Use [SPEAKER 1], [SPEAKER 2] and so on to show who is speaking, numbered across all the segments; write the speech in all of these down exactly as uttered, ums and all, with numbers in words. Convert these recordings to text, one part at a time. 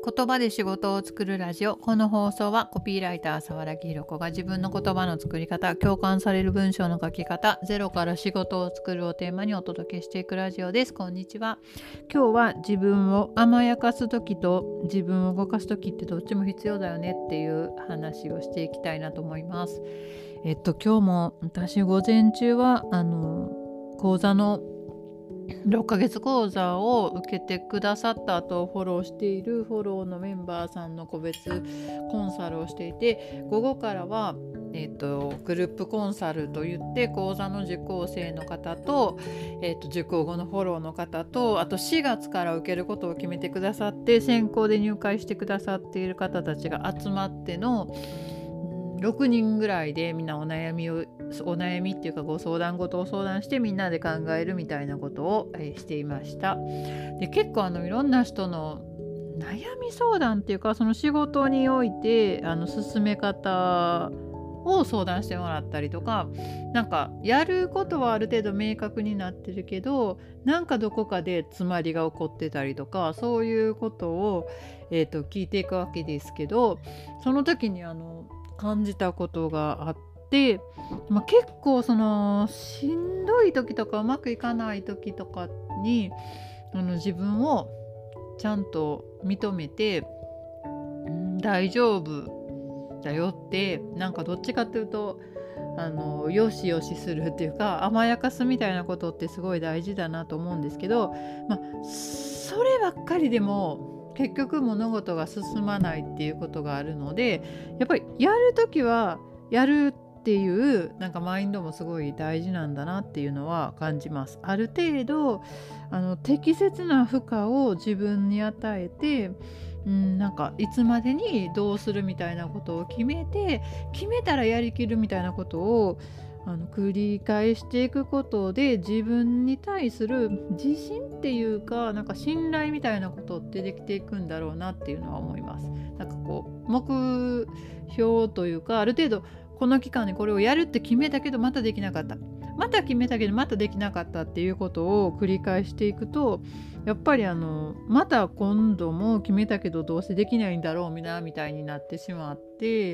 [SPEAKER 1] 言葉で仕事を作るラジオ。この放送はコピーライター沢良ひろ子が自分の言葉の作り方、共感される文章の書き方、ゼロから仕事を作るをテーマにお届けしていくラジオです。こんにちは。今日は自分を甘やかす時と自分を動かす時ってどっちも必要だよねっていう話をしていきたいなと思います。えっと今日も私午前中はあの講座のろっかげつ講座を受けてくださった後フォローしているフォローのメンバーさんの個別コンサルをしていて、午後からは、えー、とグループコンサルといって講座の受講生の方と、えー、と受講後のフォローの方と、あとしがつから受けることを決めてくださって先行で入会してくださっている方たちが集まってのろくにんぐらいでみんなお悩みをお悩みっていうかご相談事を相談してみんなで考えるみたいなことを、えーしていました。で結構あのいろんな人の悩み相談っていうか、その仕事においてあの進め方を相談してもらったりとか、なんかやることはある程度明確になってるけどなんかどこかで詰まりが起こってたりとか、そういうことを、えーと聞いていくわけですけど、その時にあの感じたことがあって、まあ、結構そのしんどい時とかうまくいかない時とかにあの自分をちゃんと認めて、うん、大丈夫だよって、なんかどっちかっていうとあのよしよしするっていうか甘やかすみたいなことってすごい大事だなと思うんですけど、まあ、そればっかりでも結局物事が進まないっていうことがあるので、やっぱりやるときはやるっていうなんかマインドもすごい大事なんだなっていうのは感じます。ある程度あの適切な負荷を自分に与えて、うん、なんかいつまでにどうするみたいなことを決めて、決めたらやりきるみたいなことをあの繰り返していくことで自分に対する自信っていうか、なんか信頼みたいなことってできていくんだろうなっていうのは思います。なんかこう目標というか、ある程度この期間にこれをやるって決めたけどまたできなかった、また決めたけどまたできなかったっていうことを繰り返していくと、やっぱりあのまた今度も決めたけどどうせできないんだろうみなみたいになってしまって、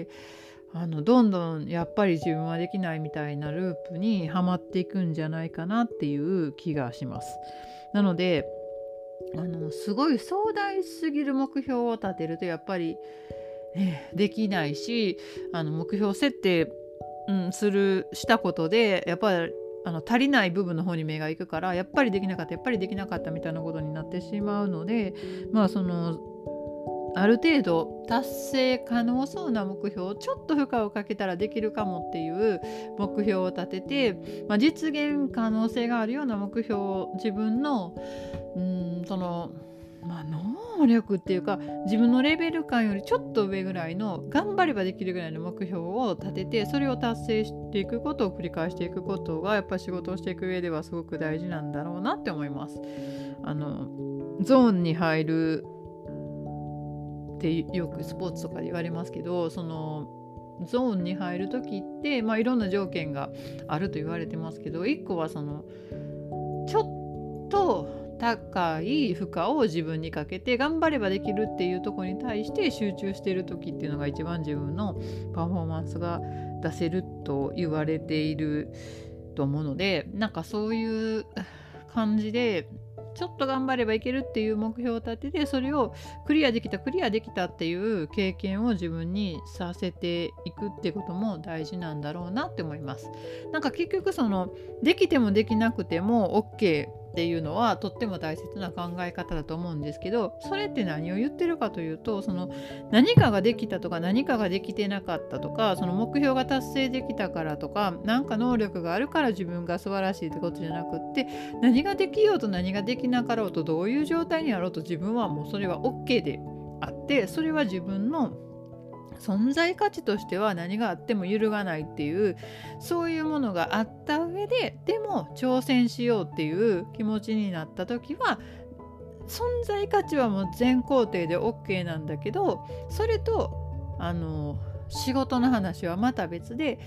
[SPEAKER 1] あのどんどんやっぱり自分はできないみたいなループにはまっていくんじゃないかなっていう気がします。なのであのすごい壮大すぎる目標を立てるとやっぱり、ね、できないし、あの目標設定、うん、するしたことでやっぱりあの足りない部分の方に目がいくから、やっぱりできなかったやっぱりできなかったみたいなことになってしまうので、まあそのある程度達成可能そうな目標をちょっと負荷をかけたらできるかもっていう目標を立てて、まあ、実現可能性があるような目標を自分のうーんその、まあ、能力っていうか自分のレベル感よりちょっと上ぐらいの頑張ればできるぐらいの目標を立てて、それを達成していくことを繰り返していくことがやっぱり仕事をしていく上ではすごく大事なんだろうなって思います。あのゾーンに入るってよくスポーツとかで言われますけど、そのゾーンに入る時って、まあ、いろんな条件があると言われてますけど、いっこはそのちょっと高い負荷を自分にかけて頑張ればできるっていうところに対して集中している時っていうのが一番自分のパフォーマンスが出せると言われていると思うので、なんかそういう感じでちょっと頑張ればいけるっていう目標を立てて、それをクリアできたクリアできたっていう経験を自分にさせていくってことも大事なんだろうなって思います。なんか結局そのできてもできなくても OK っていうのはとっても大切な考え方だと思うんですけど、それって何を言ってるかというと、その何かができたとか何かができてなかったとか、その目標が達成できたからとか、なんか能力があるから自分が素晴らしいってことじゃなくって、何ができようと何ができなかろうとどういう状態にあろうと自分はもうそれは OK であって、それは自分の存在価値としては何があっても揺るがないっていう、そういうものがあった上ででも挑戦しようっていう気持ちになった時は、存在価値はもう全肯定で OK なんだけど、それとあの仕事の話はまた別で、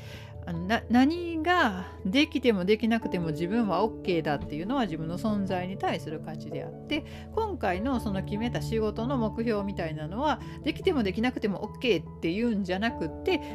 [SPEAKER 1] あのな何ができてもできなくても自分は OK だっていうのは自分の存在に対する価値であって、今回のその決めた仕事の目標みたいなのはできてもできなくても OK っていうんじゃなくって、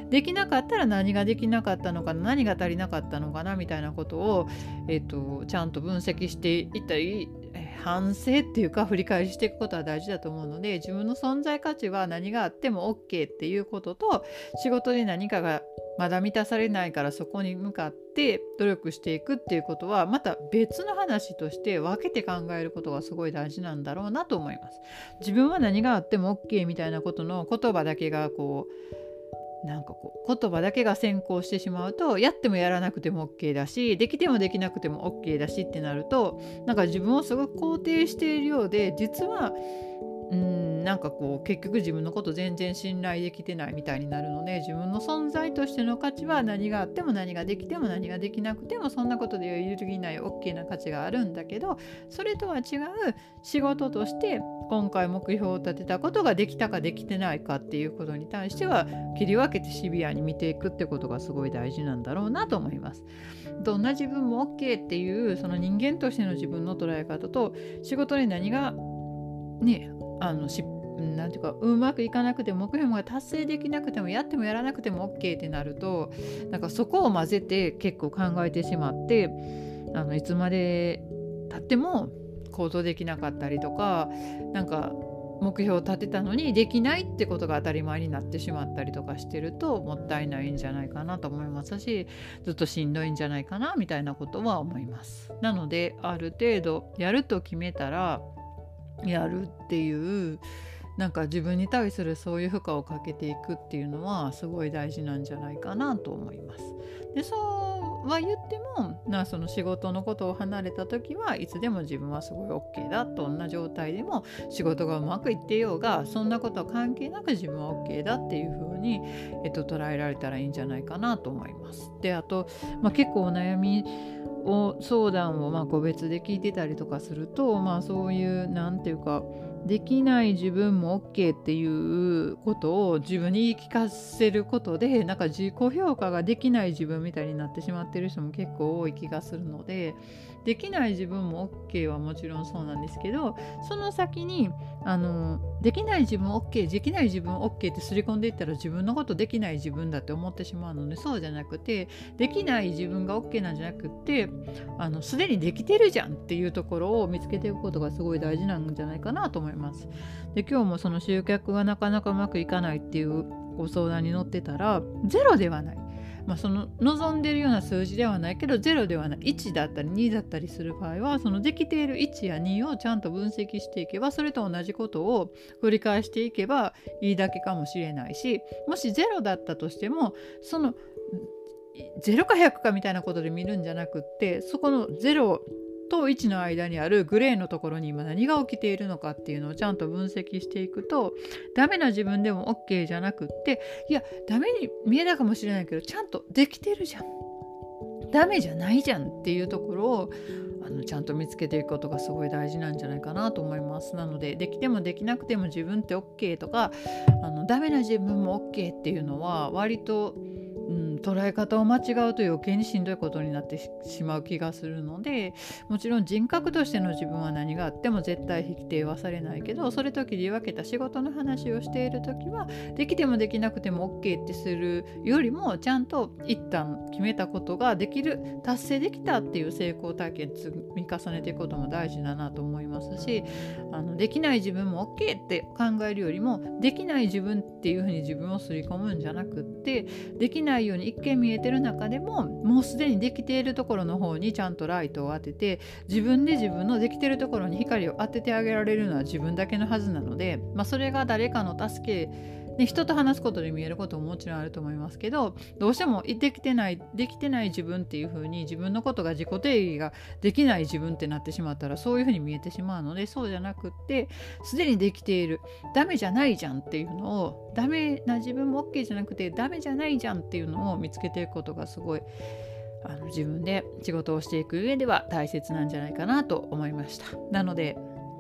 [SPEAKER 1] できなかったら何ができなかったのかな、何が足りなかったのかなみたいなことを、えーと、ちゃんと分析していったり、反省っていうか振り返りしていくことは大事だと思うので、自分の存在価値は何があっても OK っていうことと、仕事で何かがまだ満たされないからそこに向かって努力していくっていうことはまた別の話として分けて考えることがすごい大事なんだろうなと思います。自分は何があっても OK みたいなことの言葉だけがこうなんかこう言葉だけが先行してしまうと、やってもやらなくても OK だし、できてもできなくても OK だしってなると、なんか自分をすごく肯定しているようで、実はうーんなんかこう結局自分のこと全然信頼できてないみたいになるので、自分の存在としての価値は何があっても何ができても何ができなくてもそんなことで揺るぎない OK な価値があるんだけど、それとは違う仕事として今回目標を立てたことができたかできてないかっていうことに対しては切り分けてシビアに見ていくってことがすごい大事なんだろうなと思います。どんな自分も OK っていうその人間としての自分の捉え方と、仕事で何がねあのしなんていうかうまくいかなくても目標が達成できなくてもやってもやらなくても OK ってなると、なんかそこを混ぜて結構考えてしまって、あのいつまで経っても行動できなかったりとか、なんか目標を立てたのにできないってことが当たり前になってしまったりとかしてるともったいないんじゃないかなと思いますし、ずっとしんどいんじゃないかなみたいなことは思います。なのである程度やると決めたらやるっていう、なんか自分に対するそういう負荷をかけていくっていうのはすごい大事なんじゃないかなと思います。でそうは言ってもな、その仕事のことを離れた時はいつでも自分はすごい OK だ、どんな状態でも仕事がうまくいってようがそんなことは関係なく自分は OK だっていう風に、えっと、捉えられたらいいんじゃないかなと思います。であと、まあ、結構お悩みを相談をまあ個別で聞いてたりとかすると、まあそういうなんていうかできない自分も OK っていうことを自分に言い聞かせることで、なんか自己評価ができない自分みたいになってしまっている人も結構多い気がするので、できない自分も OK はもちろんそうなんですけど、その先にあのできない自分 OK、 できない自分 OK って刷り込んでいったら自分のことできない自分だって思ってしまうので、そうじゃなくて、できない自分が OK なんじゃなくってあのすでにできてるじゃんっていうところを見つけていくことがすごい大事なんじゃないかなと思います。で今日もその集客がなかなかうまくいかないっていうご相談に乗ってたら、ゼロではない、まあ、その望んでいるような数字ではないけどゼロではない、いちだったりにだったりする場合は、そのできているいちやにをちゃんと分析していけば、それと同じことを繰り返していけばいいだけかもしれないし、もしゼロだったとしてもそのゼロかひゃくかみたいなことで見るんじゃなくって、そこのゼロといちの間にあるグレーのところに今何が起きているのかっていうのをちゃんと分析していくと、ダメな自分でも OK じゃなくって、いやダメに見えたかもしれないけどちゃんとできてるじゃん、ダメじゃないじゃんっていうところをあのちゃんと見つけていくことがすごい大事なんじゃないかなと思います。なのでできてもできなくても自分って OK とか、あのダメな自分も OK っていうのは割とうん、捉え方を間違うと余計にしんどいことになってしまう気がするので、もちろん人格としての自分は何があっても絶対否定はされないけど、それと切り分けた仕事の話をしている時はできてもできなくても OK ってするよりも、ちゃんと一旦決めたことができる、達成できたっていう成功体験積み重ねていくことも大事だなと思いますし、あのできない自分も OK って考えるよりも、できない自分っていうふうに自分を刷り込むんじゃなくって、できないように一見見えてる中でももうすでにできているところの方にちゃんとライトを当てて、自分で自分のできているところに光を当ててあげられるのは自分だけのはずなので、まあ、それが誰かの助けで人と話すことで見えることももちろんあると思いますけど、どうしてもできてないできてない自分っていう風に自分のことが自己定義ができない自分ってなってしまったらそういう風に見えてしまうので、そうじゃなくってすでにできている、ダメじゃないじゃんっていうのを、ダメな自分も OK じゃなくてダメじゃないじゃんっていうのを見つけていくことがすごいあの自分で仕事をしていく上では大切なんじゃないかなと思いました。なので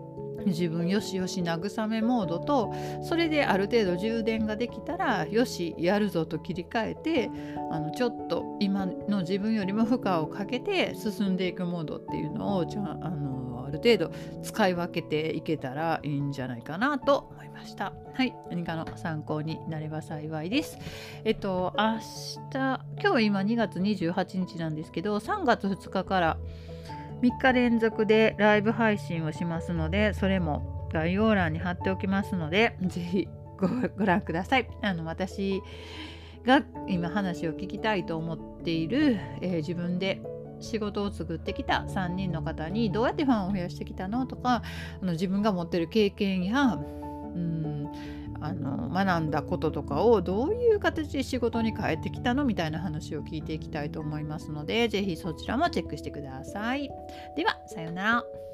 [SPEAKER 1] 自分よしよし慰めモードと、それである程度充電ができたらよしやるぞと切り替えて、あのちょっと今の自分よりも負荷をかけて進んでいくモードっていうのをじゃあ、あのある程度使い分けていけたらいいんじゃないかなと思いました。はい、何かの参考になれば幸いです。えっと明日、今日今にがつにじゅうはちにちなんですけど、さんがつふつかからみっか連続でライブ配信をしますので、それも概要欄に貼っておきますので、ぜひ ご, ご覧ください。あの私が今話を聞きたいと思っている、えー、自分で仕事を作ってきたさんにんの方にどうやってファンを増やしてきたのとか、あの自分が持ってる経験やうんあの学んだこととかをどういう形で仕事に変えてきたのみたいな話を聞いていきたいと思いますので、ぜひそちらもチェックしてください。ではさようなら。